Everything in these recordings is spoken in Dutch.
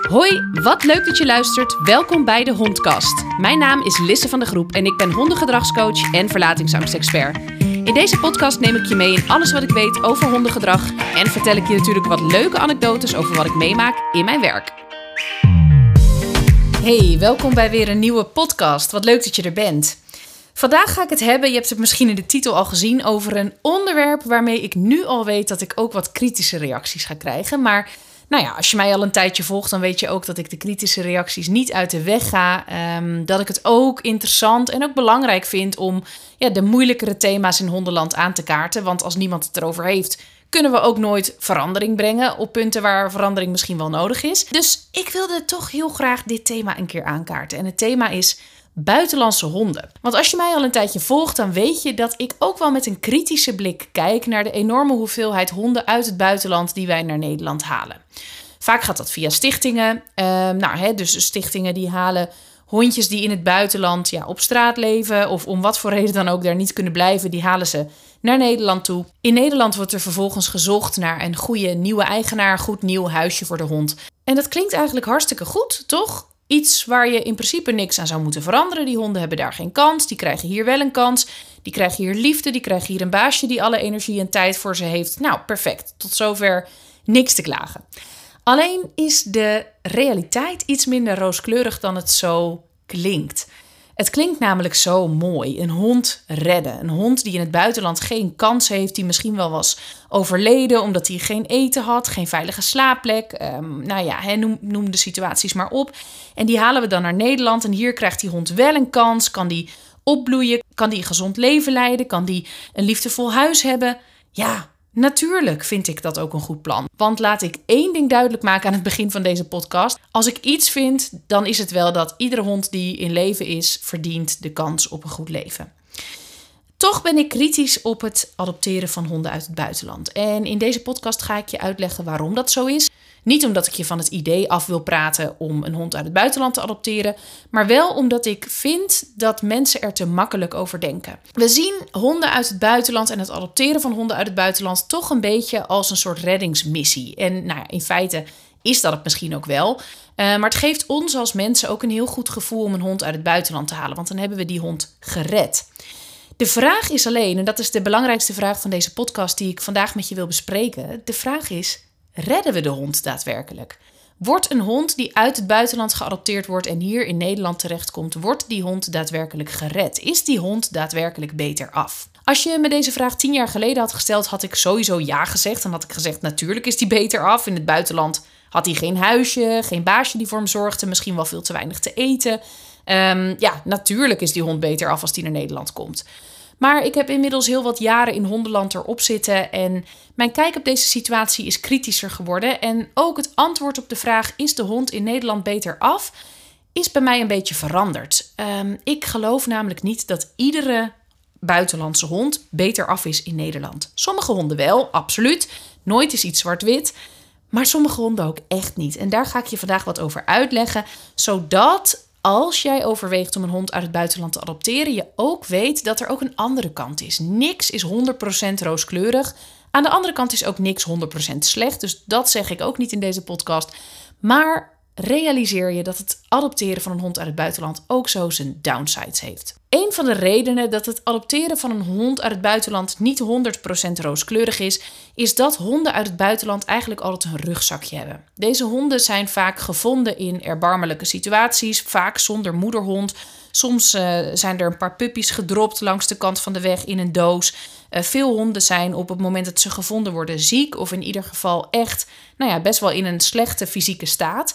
Hoi, wat leuk dat je luistert. Welkom bij de Hondkast. Mijn naam is Lisse van de Groep en ik ben hondengedragscoach en verlatingsangstexpert. In deze podcast neem ik je mee in alles wat ik weet over hondengedrag en vertel ik je natuurlijk wat leuke anekdotes over wat ik meemaak in mijn werk. Hey, welkom bij weer een nieuwe podcast. Wat leuk dat je er bent. Vandaag ga ik het hebben, je hebt het misschien in de titel al gezien, over een onderwerp waarmee ik nu al weet dat ik ook wat kritische reacties ga krijgen. Maar nou ja, als je mij al een tijdje volgt, dan weet je ook dat ik de kritische reacties niet uit de weg ga. Dat ik het ook interessant en ook belangrijk vind om de moeilijkere thema's in hondenland aan te kaarten. Want als niemand het erover heeft, kunnen we ook nooit verandering brengen op punten waar verandering misschien wel nodig is. Dus ik wilde toch heel graag dit thema een keer aankaarten. En het thema is buitenlandse honden. Want als je mij al een tijdje volgt, dan weet je dat ik ook wel met een kritische blik kijk naar de enorme hoeveelheid honden uit het buitenland die wij naar Nederland halen. Vaak gaat dat via stichtingen. Dus stichtingen die halen hondjes die in het buitenland op straat leven of om wat voor reden dan ook daar niet kunnen blijven, die halen ze naar Nederland toe. In Nederland wordt er vervolgens gezocht naar een goede nieuwe eigenaar, een goed nieuw huisje voor de hond. En dat klinkt eigenlijk hartstikke goed, toch? Iets waar je in principe niks aan zou moeten veranderen. Die honden hebben daar geen kans. Die krijgen hier wel een kans. Die krijgen hier liefde. Die krijgen hier een baasje die alle energie en tijd voor ze heeft. Nou, perfect. Tot zover niks te klagen. Alleen is de realiteit iets minder rooskleurig dan het zo klinkt. Het klinkt namelijk zo mooi. Een hond redden. Een hond die in het buitenland geen kans heeft. Die misschien wel was overleden omdat hij geen eten had. Geen veilige slaapplek. Noem de situaties maar op. En die halen we dan naar Nederland. En hier krijgt die hond wel een kans. Kan die opbloeien? Kan die een gezond leven leiden? Kan die een liefdevol huis hebben? Ja, natuurlijk vind ik dat ook een goed plan. Want laat ik één ding duidelijk maken aan het begin van deze podcast. Als ik iets vind, dan is het wel dat iedere hond die in leven is, verdient de kans op een goed leven. Toch ben ik kritisch op het adopteren van honden uit het buitenland. En in deze podcast ga ik je uitleggen waarom dat zo is. Niet omdat ik je van het idee af wil praten om een hond uit het buitenland te adopteren, maar wel omdat ik vind dat mensen er te makkelijk over denken. We zien honden uit het buitenland en het adopteren van honden uit het buitenland toch een beetje als een soort reddingsmissie. En in feite is dat het misschien ook wel. Maar het geeft ons als mensen ook een heel goed gevoel om een hond uit het buitenland te halen, want dan hebben we die hond gered. De vraag is alleen, en dat is de belangrijkste vraag van deze podcast die ik vandaag met je wil bespreken. De vraag is, redden we de hond daadwerkelijk? Wordt een hond die uit het buitenland geadopteerd wordt en hier in Nederland terechtkomt, wordt die hond daadwerkelijk gered? Is die hond daadwerkelijk beter af? Als je me deze vraag 10 jaar geleden had gesteld, had ik sowieso ja gezegd. Dan had ik gezegd, natuurlijk is die beter af. In het buitenland had hij geen huisje, geen baasje die voor hem zorgde, misschien wel veel te weinig te eten. Natuurlijk is die hond beter af als die naar Nederland komt. Maar ik heb inmiddels heel wat jaren in hondenland erop zitten en mijn kijk op deze situatie is kritischer geworden. En ook het antwoord op de vraag, is de hond in Nederland beter af, is bij mij een beetje veranderd. Ik geloof namelijk niet dat iedere buitenlandse hond beter af is in Nederland. Sommige honden wel, absoluut. Nooit is iets zwart-wit. Maar sommige honden ook echt niet. En daar ga ik je vandaag wat over uitleggen, zodat als jij overweegt om een hond uit het buitenland te adopteren, je ook weet dat er ook een andere kant is. Niks is 100% rooskleurig. Aan de andere kant is ook niks 100% slecht. Dus dat zeg ik ook niet in deze podcast. Maar realiseer je dat het adopteren van een hond uit het buitenland ook zo zijn downsides heeft. Een van de redenen dat het adopteren van een hond uit het buitenland niet 100% rooskleurig is dat honden uit het buitenland eigenlijk altijd een rugzakje hebben. Deze honden zijn vaak gevonden in erbarmelijke situaties, vaak zonder moederhond. Soms zijn er een paar puppies gedropt langs de kant van de weg in een doos. Veel honden zijn op het moment dat ze gevonden worden ziek of in ieder geval echt best wel in een slechte fysieke staat.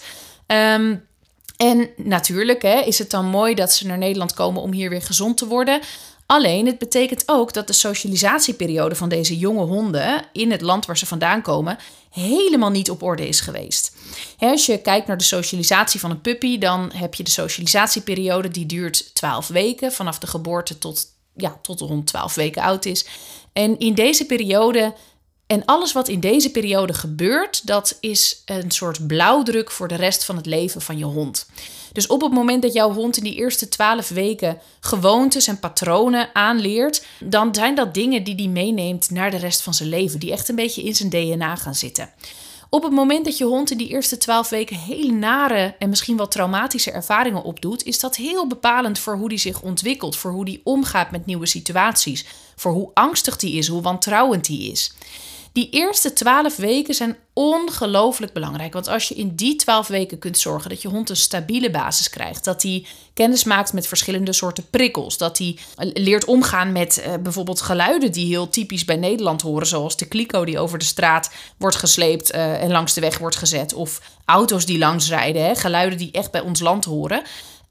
En natuurlijk is het dan mooi dat ze naar Nederland komen om hier weer gezond te worden. Alleen, het betekent ook dat de socialisatieperiode van deze jonge honden in het land waar ze vandaan komen helemaal niet op orde is geweest. Als je kijkt naar de socialisatie van een puppy, dan heb je de socialisatieperiode die duurt 12 weken, vanaf de geboorte tot rond 12 weken oud is. En in deze periode En alles wat in deze periode gebeurt, dat is een soort blauwdruk voor de rest van het leven van je hond. Dus op het moment dat jouw hond in die eerste 12 weken gewoontes en patronen aanleert, dan zijn dat dingen die hij meeneemt naar de rest van zijn leven, die echt een beetje in zijn DNA gaan zitten. Op het moment dat je hond in die eerste 12 weken hele nare en misschien wel traumatische ervaringen opdoet, is dat heel bepalend voor hoe die zich ontwikkelt, voor hoe die omgaat met nieuwe situaties, voor hoe angstig die is, hoe wantrouwend die is. Die eerste 12 weken zijn ongelooflijk belangrijk. Want als je in die 12 weken kunt zorgen dat je hond een stabiele basis krijgt, dat hij kennis maakt met verschillende soorten prikkels, dat hij leert omgaan met bijvoorbeeld geluiden die heel typisch bij Nederland horen, zoals de kliko die over de straat wordt gesleept en langs de weg wordt gezet, of auto's die langs rijden, geluiden die echt bij ons land horen.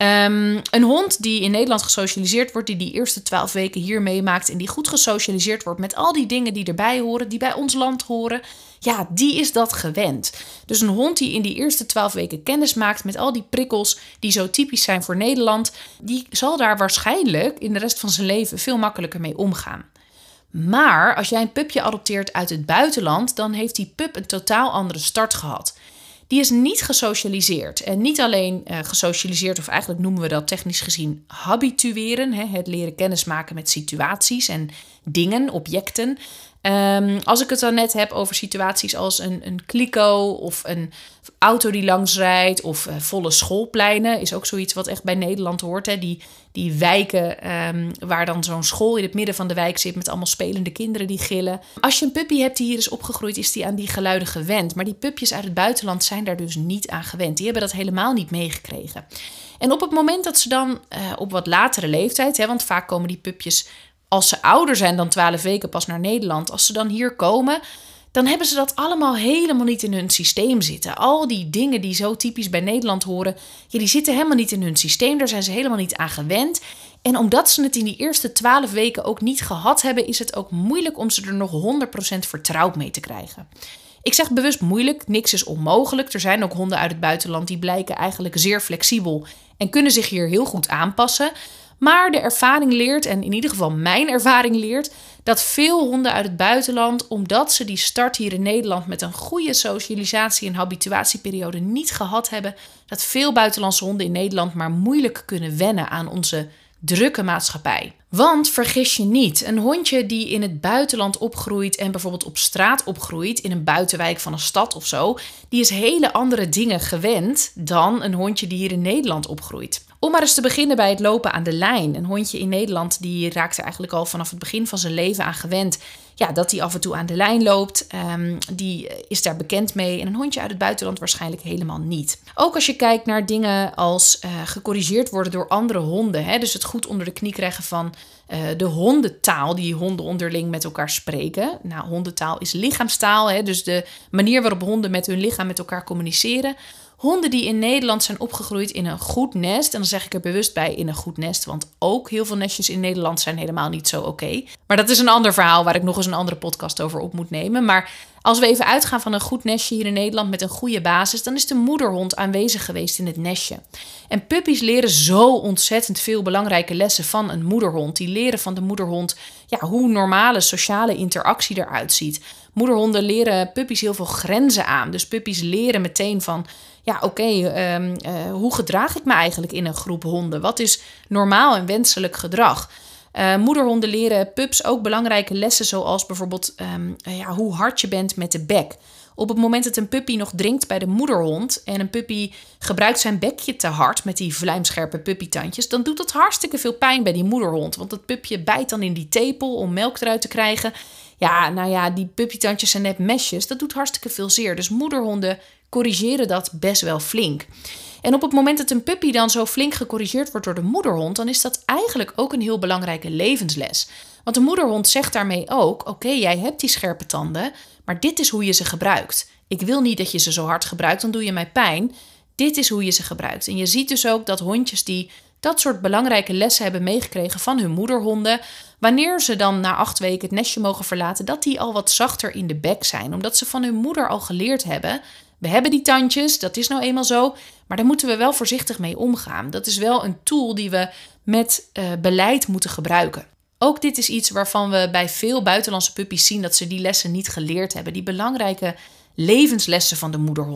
Een hond die in Nederland gesocialiseerd wordt, die eerste 12 weken hier meemaakt en die goed gesocialiseerd wordt met al die dingen die erbij horen, die bij ons land horen, ja, die is dat gewend. Dus een hond die in die eerste 12 weken kennis maakt met al die prikkels die zo typisch zijn voor Nederland, die zal daar waarschijnlijk in de rest van zijn leven veel makkelijker mee omgaan. Maar als jij een pupje adopteert uit het buitenland, dan heeft die pup een totaal andere start gehad. Die is niet gesocialiseerd. En niet alleen gesocialiseerd, of eigenlijk noemen we dat technisch gezien habitueren. Het leren kennismaken met situaties en dingen, objecten. Als ik het dan net heb over situaties als een kliko of een auto die langs rijdt of volle schoolpleinen, is ook zoiets wat echt bij Nederland hoort. Die wijken waar dan zo'n school in het midden van de wijk zit met allemaal spelende kinderen die gillen. Als je een puppy hebt die hier is opgegroeid, is die aan die geluiden gewend. Maar die pupjes uit het buitenland zijn daar dus niet aan gewend. Die hebben dat helemaal niet meegekregen. En op het moment dat ze dan op wat latere leeftijd, want vaak komen die pupjes als ze ouder zijn dan 12 weken pas naar Nederland, als ze dan hier komen, dan hebben ze dat allemaal helemaal niet in hun systeem zitten. Al die dingen die zo typisch bij Nederland horen, die zitten helemaal niet in hun systeem. Daar zijn ze helemaal niet aan gewend. En omdat ze het in die eerste 12 weken ook niet gehad hebben, is het ook moeilijk om ze er nog 100% vertrouwd mee te krijgen. Ik zeg bewust moeilijk, niks is onmogelijk. Er zijn ook honden uit het buitenland die blijken eigenlijk zeer flexibel en kunnen zich hier heel goed aanpassen. Maar de ervaring leert, en in ieder geval mijn ervaring leert, dat veel honden uit het buitenland, omdat ze die start hier in Nederland met een goede socialisatie- en habituatieperiode niet gehad hebben, dat veel buitenlandse honden in Nederland maar moeilijk kunnen wennen aan onze drukke maatschappij. Want vergis je niet, een hondje die in het buitenland opgroeit en bijvoorbeeld op straat opgroeit, in een buitenwijk van een stad of zo, die is hele andere dingen gewend dan een hondje die hier in Nederland opgroeit. Om maar eens te beginnen bij het lopen aan de lijn. Een hondje in Nederland die raakt er eigenlijk al vanaf het begin van zijn leven aan gewend, dat hij af en toe aan de lijn loopt. Die is daar bekend mee. En een hondje uit het buitenland waarschijnlijk helemaal niet. Ook als je kijkt naar dingen als gecorrigeerd worden door andere honden. Dus het goed onder de knie krijgen van de hondentaal die honden onderling met elkaar spreken. Nou, hondentaal is lichaamstaal. Dus de manier waarop honden met hun lichaam met elkaar communiceren. Honden die in Nederland zijn opgegroeid in een goed nest. En dan zeg ik er bewust bij in een goed nest. Want ook heel veel nestjes in Nederland zijn helemaal niet zo oké. Maar dat is een ander verhaal waar ik nog eens een andere podcast over op moet nemen. Maar als we even uitgaan van een goed nestje hier in Nederland met een goede basis, dan is de moederhond aanwezig geweest in het nestje. En puppies leren zo ontzettend veel belangrijke lessen van een moederhond. Die leren van de moederhond hoe normale sociale interactie eruit ziet. Moederhonden leren puppies heel veel grenzen aan. Dus puppies leren meteen van hoe gedraag ik me eigenlijk in een groep honden? Wat is normaal en wenselijk gedrag? Moederhonden leren pups ook belangrijke lessen, zoals bijvoorbeeld hoe hard je bent met de bek. Op het moment dat een puppy nog drinkt bij de moederhond en een puppy gebruikt zijn bekje te hard met die vlijmscherpe puppytandjes, dan doet dat hartstikke veel pijn bij die moederhond. Want dat pupje bijt dan in die tepel om melk eruit te krijgen. Die puppytandjes zijn net mesjes. Dat doet hartstikke veel zeer. Dus moederhonden corrigeren dat best wel flink. En op het moment dat een puppy dan zo flink gecorrigeerd wordt door de moederhond, dan is dat eigenlijk ook een heel belangrijke levensles. Want de moederhond zegt daarmee ook, jij hebt die scherpe tanden, maar dit is hoe je ze gebruikt. Ik wil niet dat je ze zo hard gebruikt, dan doe je mij pijn. Dit is hoe je ze gebruikt. En je ziet dus ook dat hondjes die dat soort belangrijke lessen hebben meegekregen van hun moederhonden, wanneer ze dan na 8 weken het nestje mogen verlaten, dat die al wat zachter in de bek zijn. Omdat ze van hun moeder al geleerd hebben, we hebben die tandjes, dat is nou eenmaal zo, maar daar moeten we wel voorzichtig mee omgaan. Dat is wel een tool die we met beleid moeten gebruiken. Ook dit is iets waarvan we bij veel buitenlandse puppies zien dat ze die lessen niet geleerd hebben. Die belangrijke levenslessen van de moederhond.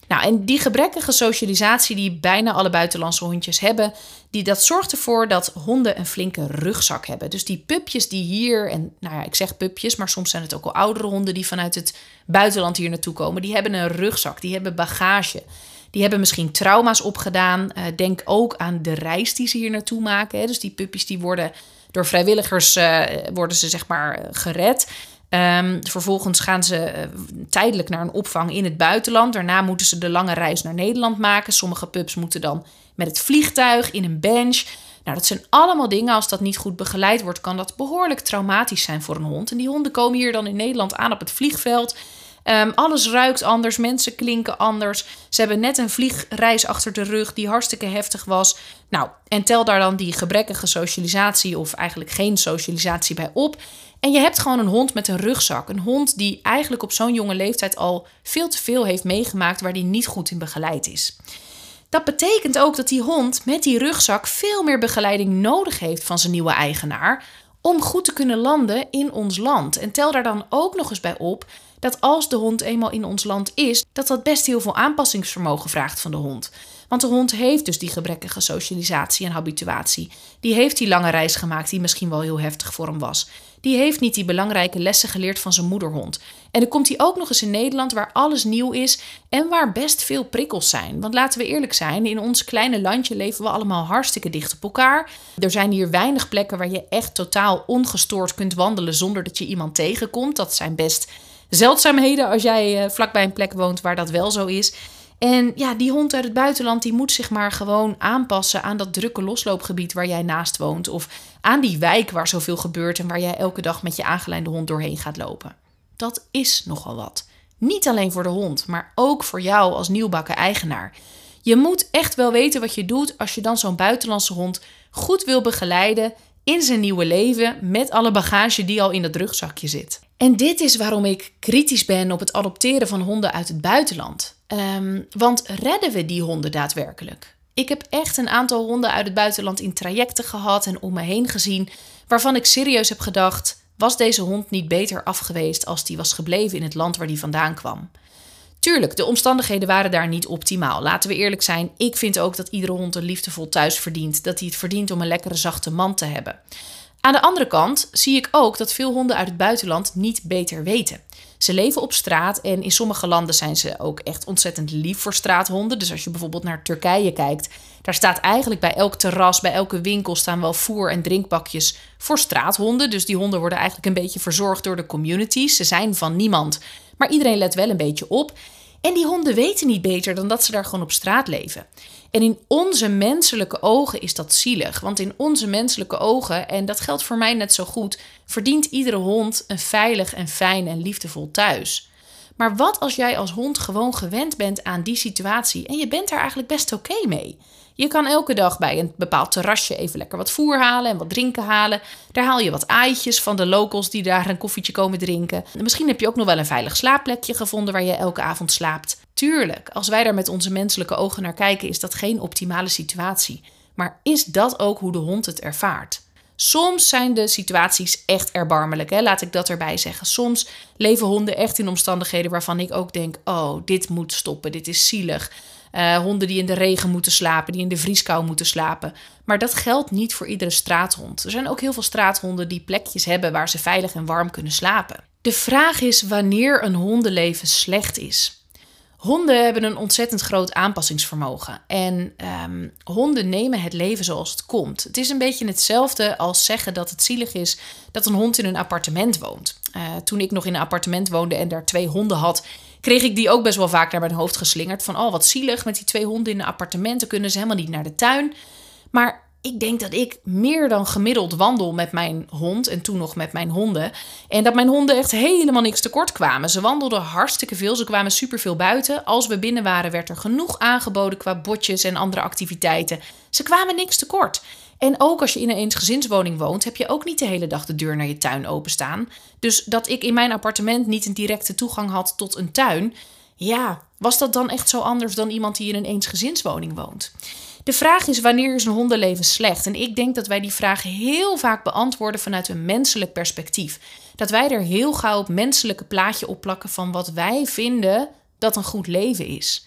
Nou, en die gebrekkige socialisatie die bijna alle buitenlandse hondjes hebben, dat zorgt ervoor dat honden een flinke rugzak hebben. Dus die pupjes die hier, en nou ja, ik zeg pupjes, maar soms zijn het ook al oudere honden die vanuit het buitenland hier naartoe komen, die hebben een rugzak, die hebben bagage. Die hebben misschien trauma's opgedaan. Denk ook aan de reis die ze hier naartoe maken. Hè. Dus die puppies die worden door vrijwilligers worden ze zeg maar gered. Vervolgens gaan ze tijdelijk naar een opvang in het buitenland. Daarna moeten ze de lange reis naar Nederland maken. Sommige pups moeten dan met het vliegtuig in een bench. Nou, dat zijn allemaal dingen. Als dat niet goed begeleid wordt, kan dat behoorlijk traumatisch zijn voor een hond. En die honden komen hier dan in Nederland aan op het vliegveld. Alles ruikt anders, mensen klinken anders. Ze hebben net een vliegreis achter de rug die hartstikke heftig was. Nou, en tel daar dan die gebrekkige socialisatie of eigenlijk geen socialisatie bij op. En je hebt gewoon een hond met een rugzak. Een hond die eigenlijk op zo'n jonge leeftijd al veel te veel heeft meegemaakt waar die niet goed in begeleid is. Dat betekent ook dat die hond met die rugzak veel meer begeleiding nodig heeft van zijn nieuwe eigenaar om goed te kunnen landen in ons land. En tel daar dan ook nog eens bij op dat als de hond eenmaal in ons land is, dat best heel veel aanpassingsvermogen vraagt van de hond. Want de hond heeft dus die gebrekkige socialisatie en habituatie. Die heeft die lange reis gemaakt die misschien wel heel heftig voor hem was. Die heeft niet die belangrijke lessen geleerd van zijn moederhond. En dan komt hij ook nog eens in Nederland waar alles nieuw is en waar best veel prikkels zijn. Want laten we eerlijk zijn, in ons kleine landje leven we allemaal hartstikke dicht op elkaar. Er zijn hier weinig plekken waar je echt totaal ongestoord kunt wandelen zonder dat je iemand tegenkomt. Dat zijn best zeldzaamheden als jij vlakbij een plek woont waar dat wel zo is. En ja, die hond uit het buitenland die moet zich maar gewoon aanpassen aan dat drukke losloopgebied waar jij naast woont. Of aan die wijk waar zoveel gebeurt en waar jij elke dag met je aangeleinde hond doorheen gaat lopen. Dat is nogal wat. Niet alleen voor de hond, maar ook voor jou als nieuwbakken eigenaar. Je moet echt wel weten wat je doet als je dan zo'n buitenlandse hond goed wil begeleiden in zijn nieuwe leven met alle bagage die al in dat rugzakje zit. En dit is waarom ik kritisch ben op het adopteren van honden uit het buitenland. Want redden we die honden daadwerkelijk? Ik heb echt een aantal honden uit het buitenland in trajecten gehad en om me heen gezien, waarvan ik serieus heb gedacht, was deze hond niet beter af geweest als die was gebleven in het land waar die vandaan kwam? Tuurlijk, de omstandigheden waren daar niet optimaal. Laten we eerlijk zijn, ik vind ook dat iedere hond een liefdevol thuis verdient. Dat hij het verdient om een lekkere zachte man te hebben. Aan de andere kant zie ik ook dat veel honden uit het buitenland niet beter weten. Ze leven op straat en in sommige landen zijn ze ook echt ontzettend lief voor straathonden. Dus als je bijvoorbeeld naar Turkije kijkt, daar staat eigenlijk bij elk terras, bij elke winkel staan wel voer- en drinkbakjes voor straathonden. Dus die honden worden eigenlijk een beetje verzorgd door de communities. Ze zijn van niemand, maar iedereen let wel een beetje op. En die honden weten niet beter dan dat ze daar gewoon op straat leven. En in onze menselijke ogen is dat zielig. Want in onze menselijke ogen, en dat geldt voor mij net zo goed, verdient iedere hond een veilig en fijn en liefdevol thuis. Maar wat als jij als hond gewoon gewend bent aan die situatie en je bent daar eigenlijk best oké mee? Je kan elke dag bij een bepaald terrasje even lekker wat voer halen en wat drinken halen. Daar haal je wat aaitjes van de locals die daar een koffietje komen drinken. En misschien heb je ook nog wel een veilig slaapplekje gevonden waar je elke avond slaapt. Tuurlijk, als wij daar met onze menselijke ogen naar kijken, is dat geen optimale situatie. Maar is dat ook hoe de hond het ervaart? Soms zijn de situaties echt erbarmelijk, hè? Laat ik dat erbij zeggen. Soms leven honden echt in omstandigheden waarvan ik ook denk, oh, dit moet stoppen, dit is zielig. Honden die in de regen moeten slapen, die in de vrieskou moeten slapen. Maar dat geldt niet voor iedere straathond. Er zijn ook heel veel straathonden die plekjes hebben waar ze veilig en warm kunnen slapen. De vraag is wanneer een hondenleven slecht is. Honden hebben een ontzettend groot aanpassingsvermogen. En honden nemen het leven zoals het komt. Het is een beetje hetzelfde als zeggen dat het zielig is dat een hond in een appartement woont. Toen ik nog in een appartement woonde en daar 2 honden had, kreeg ik die ook best wel vaak naar mijn hoofd geslingerd. Van, oh, wat zielig met die 2 honden in een appartement. Dan kunnen ze helemaal niet naar de tuin. Maar ik denk dat ik meer dan gemiddeld wandel met mijn hond en toen nog met mijn honden. En dat mijn honden echt helemaal niks tekort kwamen. Ze wandelden hartstikke veel, ze kwamen superveel buiten. Als we binnen waren werd er genoeg aangeboden qua botjes en andere activiteiten. Ze kwamen niks tekort. En ook als je in een eensgezinswoning woont, heb je ook niet de hele dag de deur naar je tuin openstaan. Dus dat ik in mijn appartement niet een directe toegang had tot een tuin, ja, was dat dan echt zo anders dan iemand die in een eensgezinswoning woont? De vraag is, wanneer is een hondenleven slecht? En ik denk dat wij die vraag heel vaak beantwoorden vanuit een menselijk perspectief. Dat wij er heel gauw op menselijke plaatje opplakken van wat wij vinden dat een goed leven is.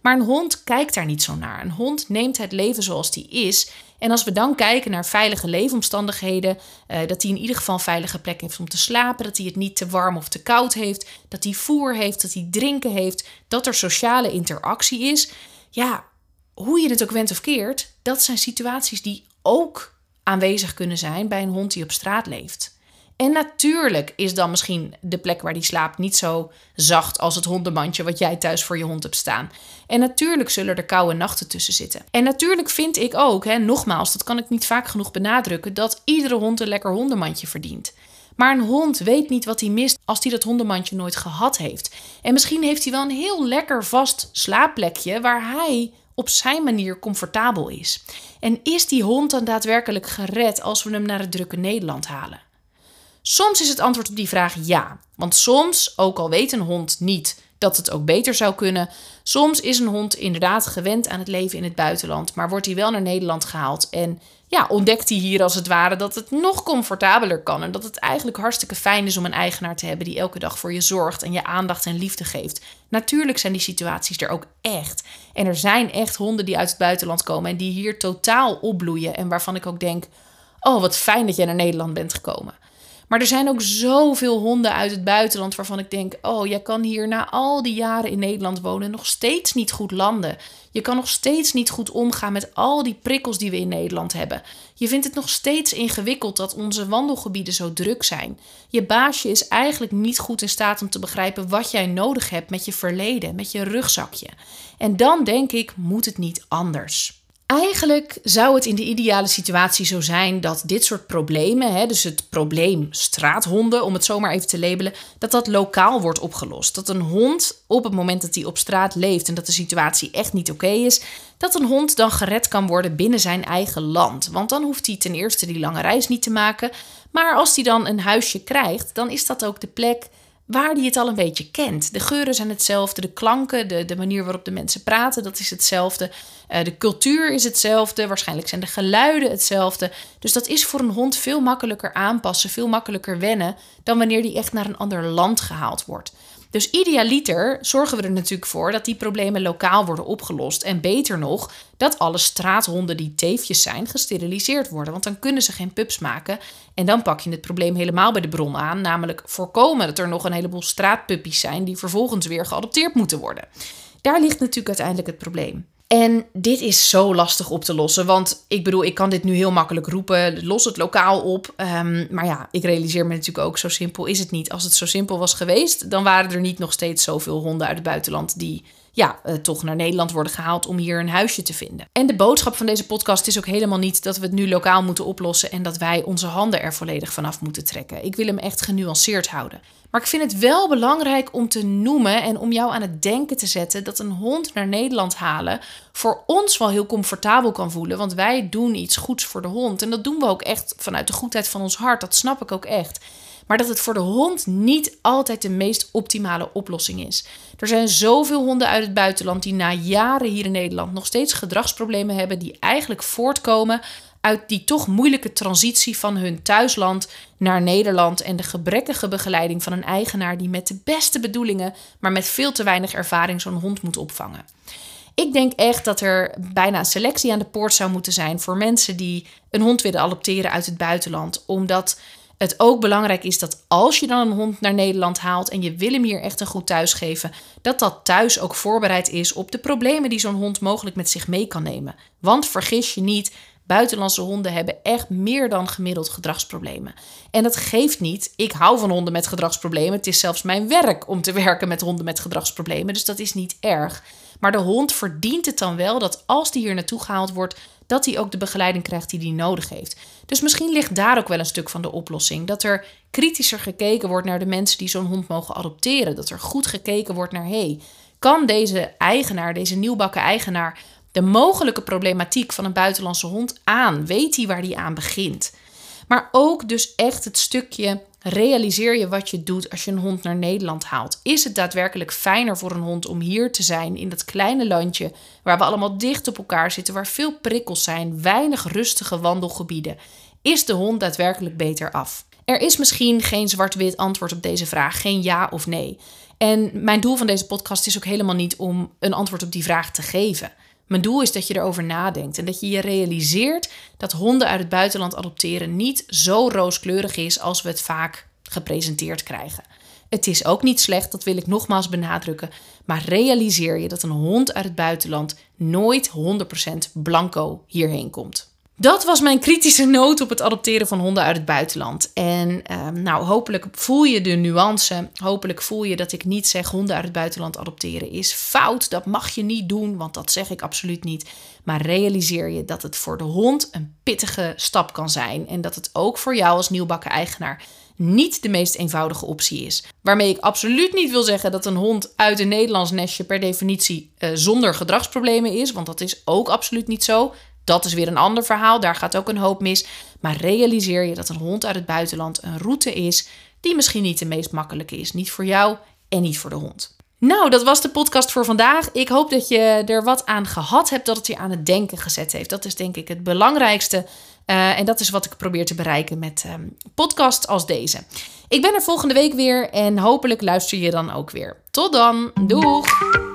Maar een hond kijkt daar niet zo naar. Een hond neemt het leven zoals die is. En als we dan kijken naar veilige leefomstandigheden, dat hij in ieder geval een veilige plek heeft om te slapen, dat hij het niet te warm of te koud heeft, dat hij voer heeft, dat hij drinken heeft, dat er sociale interactie is. Ja, hoe je het ook went of keert, dat zijn situaties die ook aanwezig kunnen zijn bij een hond die op straat leeft. En natuurlijk is dan misschien de plek waar die slaapt niet zo zacht als het hondenmandje wat jij thuis voor je hond hebt staan. En natuurlijk zullen er koude nachten tussen zitten. En natuurlijk vind ik ook, nogmaals, dat kan ik niet vaak genoeg benadrukken, dat iedere hond een lekker hondenmandje verdient. Maar een hond weet niet wat hij mist als hij dat hondenmandje nooit gehad heeft. En misschien heeft hij wel een heel lekker vast slaapplekje waar hij op zijn manier comfortabel is. En is die hond dan daadwerkelijk gered als we hem naar het drukke Nederland halen? Soms is het antwoord op die vraag ja. Want soms, ook al weet een hond niet dat het ook beter zou kunnen, soms is een hond inderdaad gewend aan het leven in het buitenland, maar wordt hij wel naar Nederland gehaald en ontdekt hij hier als het ware dat het nog comfortabeler kan en dat het eigenlijk hartstikke fijn is om een eigenaar te hebben die elke dag voor je zorgt en je aandacht en liefde geeft. Natuurlijk zijn die situaties er ook echt. En er zijn echt honden die uit het buitenland komen en die hier totaal opbloeien en waarvan ik ook denk, oh wat fijn dat jij naar Nederland bent gekomen. Maar er zijn ook zoveel honden uit het buitenland waarvan ik denk, oh, jij kan hier na al die jaren in Nederland wonen nog steeds niet goed landen. Je kan nog steeds niet goed omgaan met al die prikkels die we in Nederland hebben. Je vindt het nog steeds ingewikkeld dat onze wandelgebieden zo druk zijn. Je baasje is eigenlijk niet goed in staat om te begrijpen wat jij nodig hebt met je verleden, met je rugzakje. En dan denk ik, moet het niet anders? Eigenlijk zou het in de ideale situatie zo zijn dat dit soort problemen, dus het probleem straathonden, om het zo maar even te labelen, dat lokaal wordt opgelost. Dat een hond op het moment dat hij op straat leeft en dat de situatie echt niet oké is, dat een hond dan gered kan worden binnen zijn eigen land. Want dan hoeft hij ten eerste die lange reis niet te maken. Maar als hij dan een huisje krijgt, dan is dat ook de plek waar hij het al een beetje kent. De geuren zijn hetzelfde, de klanken, de manier waarop de mensen praten, dat is hetzelfde. De cultuur is hetzelfde, waarschijnlijk zijn de geluiden hetzelfde. Dus dat is voor een hond veel makkelijker aanpassen, veel makkelijker wennen dan wanneer die echt naar een ander land gehaald wordt. Dus idealiter zorgen we er natuurlijk voor dat die problemen lokaal worden opgelost. En beter nog, dat alle straathonden die teefjes zijn gesteriliseerd worden. Want dan kunnen ze geen pups maken. En dan pak je het probleem helemaal bij de bron aan. Namelijk voorkomen dat er nog een heleboel straatpuppies zijn die vervolgens weer geadopteerd moeten worden. Daar ligt natuurlijk uiteindelijk het probleem. En dit is zo lastig op te lossen, want ik kan dit nu heel makkelijk roepen, los het lokaal op. Maar ja, ik realiseer me natuurlijk ook, zo simpel is het niet. Als het zo simpel was geweest, dan waren er niet nog steeds zoveel honden uit het buitenland die toch naar Nederland worden gehaald om hier een huisje te vinden. En de boodschap van deze podcast is ook helemaal niet dat we het nu lokaal moeten oplossen en dat wij onze handen er volledig vanaf moeten trekken. Ik wil hem echt genuanceerd houden. Maar ik vind het wel belangrijk om te noemen en om jou aan het denken te zetten dat een hond naar Nederland halen voor ons wel heel comfortabel kan voelen. Want wij doen iets goeds voor de hond. En dat doen we ook echt vanuit de goedheid van ons hart. Dat snap ik ook echt. Maar dat het voor de hond niet altijd de meest optimale oplossing is. Er zijn zoveel honden uit het buitenland die na jaren hier in Nederland nog steeds gedragsproblemen hebben die eigenlijk voortkomen uit die toch moeilijke transitie van hun thuisland naar Nederland en de gebrekkige begeleiding van een eigenaar die met de beste bedoelingen, maar met veel te weinig ervaring zo'n hond moet opvangen. Ik denk echt dat er bijna een selectie aan de poort zou moeten zijn voor mensen die een hond willen adopteren uit het buitenland, omdat het ook belangrijk is dat als je dan een hond naar Nederland haalt en je wil hem hier echt een goed thuis geven, dat dat thuis ook voorbereid is op de problemen die zo'n hond mogelijk met zich mee kan nemen. Want vergis je niet, buitenlandse honden hebben echt meer dan gemiddeld gedragsproblemen. En dat geeft niet. Ik hou van honden met gedragsproblemen. Het is zelfs mijn werk om te werken met honden met gedragsproblemen. Dus dat is niet erg. Maar de hond verdient het dan wel dat als die hier naartoe gehaald wordt, dat hij ook de begeleiding krijgt die hij nodig heeft. Dus misschien ligt daar ook wel een stuk van de oplossing. Dat er kritischer gekeken wordt naar de mensen die zo'n hond mogen adopteren. Dat er goed gekeken wordt naar, kan deze eigenaar, deze nieuwbakken eigenaar, de mogelijke problematiek van een buitenlandse hond aan? Weet hij waar die aan begint? Maar ook dus echt het stukje, realiseer je wat je doet als je een hond naar Nederland haalt. Is het daadwerkelijk fijner voor een hond om hier te zijn in dat kleine landje waar we allemaal dicht op elkaar zitten, waar veel prikkels zijn, weinig rustige wandelgebieden? Is de hond daadwerkelijk beter af? Er is misschien geen zwart-wit antwoord op deze vraag, geen ja of nee. En mijn doel van deze podcast is ook helemaal niet om een antwoord op die vraag te geven. Mijn doel is dat je erover nadenkt en dat je je realiseert dat honden uit het buitenland adopteren niet zo rooskleurig is als we het vaak gepresenteerd krijgen. Het is ook niet slecht, dat wil ik nogmaals benadrukken, maar realiseer je dat een hond uit het buitenland nooit 100% blanco hierheen komt. Dat was mijn kritische noot op het adopteren van honden uit het buitenland. En hopelijk voel je de nuance. Hopelijk voel je dat ik niet zeg honden uit het buitenland adopteren is fout. Dat mag je niet doen, want dat zeg ik absoluut niet. Maar realiseer je dat het voor de hond een pittige stap kan zijn. En dat het ook voor jou als nieuwbakken eigenaar niet de meest eenvoudige optie is. Waarmee ik absoluut niet wil zeggen dat een hond uit een Nederlands nestje per definitie zonder gedragsproblemen is. Want dat is ook absoluut niet zo. Dat is weer een ander verhaal, daar gaat ook een hoop mis. Maar realiseer je dat een hond uit het buitenland een route is die misschien niet de meest makkelijke is. Niet voor jou en niet voor de hond. Nou, dat was de podcast voor vandaag. Ik hoop dat je er wat aan gehad hebt, dat het je aan het denken gezet heeft. Dat is denk ik het belangrijkste. En dat is wat ik probeer te bereiken met podcasts als deze. Ik ben er volgende week weer en hopelijk luister je dan ook weer. Tot dan, doeg!